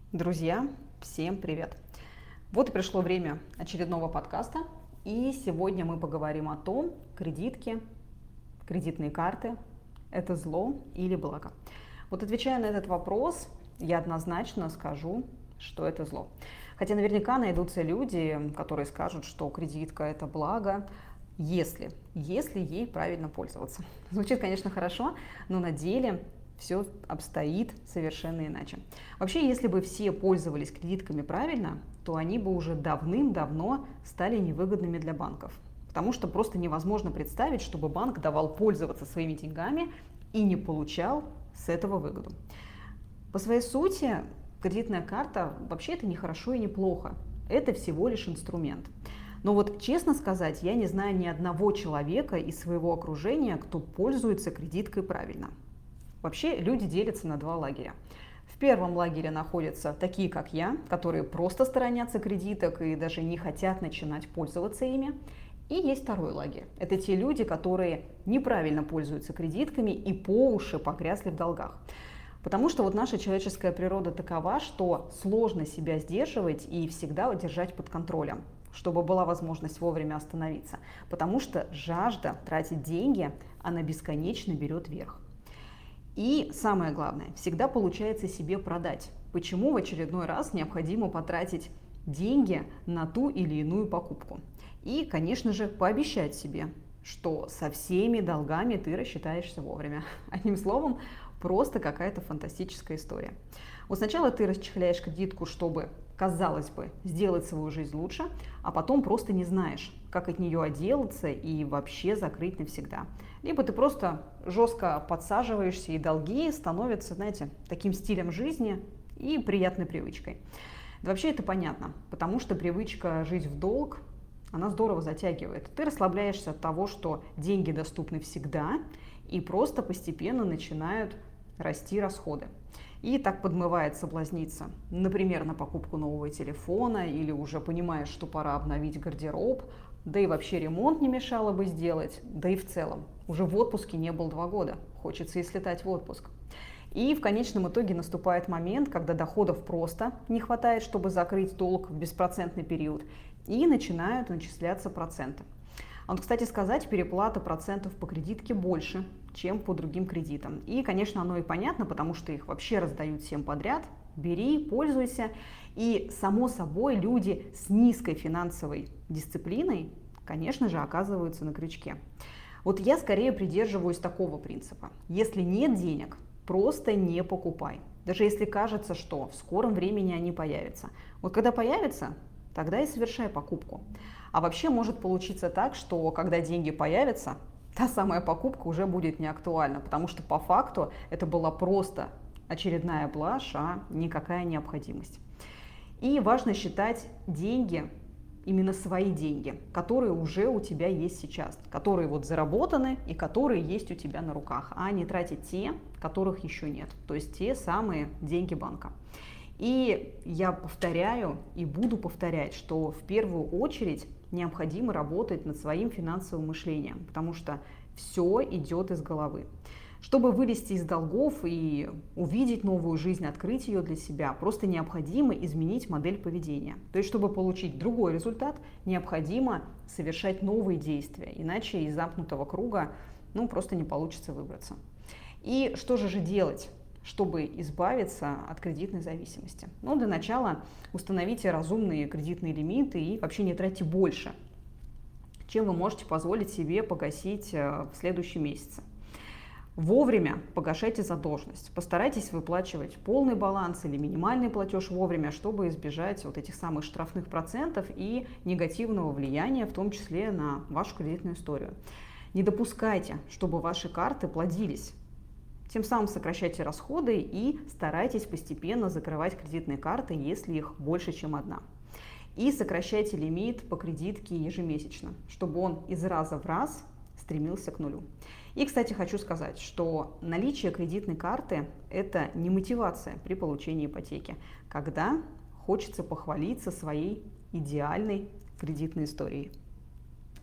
Друзья, всем привет! Вот и пришло время очередного подкаста, и сегодня мы поговорим о том, кредитки, кредитные карты – это зло или благо. Вот отвечая на этот вопрос, я однозначно скажу, что это зло. Хотя наверняка найдутся люди, которые скажут, что кредитка – это благо, если ей правильно пользоваться. Звучит, конечно, хорошо, но на деле все обстоит совершенно иначе. Вообще, если бы все пользовались кредитками правильно, то они бы уже давным-давно стали невыгодными для банков. Потому что просто невозможно представить, чтобы банк давал пользоваться своими деньгами и не получал с этого выгоду. По своей сути, кредитная карта вообще это не хорошо и не плохо. Это всего лишь инструмент. Но вот честно сказать, я не знаю ни одного человека из своего окружения, кто пользуется кредиткой правильно. Вообще люди делятся на два лагеря. В первом лагере находятся такие, как я, которые просто сторонятся кредиток и даже не хотят начинать пользоваться ими. И есть второй лагерь. Это те люди, которые неправильно пользуются кредитками и по уши погрязли в долгах. Потому что вот наша человеческая природа такова, что сложно себя сдерживать и всегда держать под контролем, чтобы была возможность вовремя остановиться. Потому что жажда тратить деньги, она бесконечно берет верх. И самое главное, всегда получается себе продать. Почему в очередной раз необходимо потратить деньги на ту или иную покупку? И, конечно же, пообещать себе, что со всеми долгами ты рассчитаешься вовремя. Одним словом, просто какая-то фантастическая история. Вот сначала ты расчехляешь кредитку, чтобы, казалось бы, сделать свою жизнь лучше, а потом просто не знаешь, как от нее отделаться и вообще закрыть навсегда. Либо ты просто жестко подсаживаешься, и долги становятся, знаете, таким стилем жизни и приятной привычкой. Да вообще это понятно, потому что привычка жить в долг, она здорово затягивает. Ты расслабляешься от того, что деньги доступны всегда, и просто постепенно начинают расти расходы. И так подмывает соблазниться, например, на покупку нового телефона, или уже понимаешь, что пора обновить гардероб, да и вообще ремонт не мешало бы сделать, да и в целом. Уже в отпуске не был 2 года, хочется и слетать в отпуск. И в конечном итоге наступает момент, когда доходов просто не хватает, чтобы закрыть долг в беспроцентный период, и начинают начисляться проценты. А вот, кстати сказать, переплата процентов по кредитке больше, чем по другим кредитам. И, конечно, оно и понятно, потому что их вообще раздают всем подряд. Бери, пользуйся. И, само собой, люди с низкой финансовой дисциплиной, конечно же, оказываются на крючке. Вот я скорее придерживаюсь такого принципа. Если нет денег, просто не покупай. Даже если кажется, что в скором времени они появятся. Вот когда появятся, тогда и совершай покупку. А вообще может получиться так, что когда деньги появятся, та самая покупка уже будет не актуальна, потому что по факту это была просто очередная блажь, а никакая необходимость. И важно считать деньги, именно свои деньги, которые уже у тебя есть сейчас, которые вот заработаны и которые есть у тебя на руках, а не тратить те, которых еще нет, то есть те самые деньги банка. И я повторяю и буду повторять, что в первую очередь необходимо работать над своим финансовым мышлением, потому что все идет из головы. Чтобы вылезти из долгов и увидеть новую жизнь, открыть ее для себя, просто необходимо изменить модель поведения. То есть, чтобы получить другой результат, необходимо совершать новые действия, иначе из замкнутого круга просто не получится выбраться. И что же делать, чтобы избавиться от кредитной зависимости? Для начала установите разумные кредитные лимиты и вообще не тратьте больше, чем вы можете позволить себе погасить в следующем месяце. Вовремя погашайте задолженность. Постарайтесь выплачивать полный баланс или минимальный платеж вовремя, чтобы избежать вот этих самых штрафных процентов и негативного влияния, в том числе на вашу кредитную историю. Не допускайте, чтобы ваши карты плодились. Тем самым сокращайте расходы и старайтесь постепенно закрывать кредитные карты, если их больше, чем одна. И сокращайте лимит по кредитке ежемесячно, чтобы он из раза в раз стремился к нулю. И, кстати, хочу сказать, что наличие кредитной карты – это не мотивация при получении ипотеки, когда хочется похвалиться своей идеальной кредитной историей.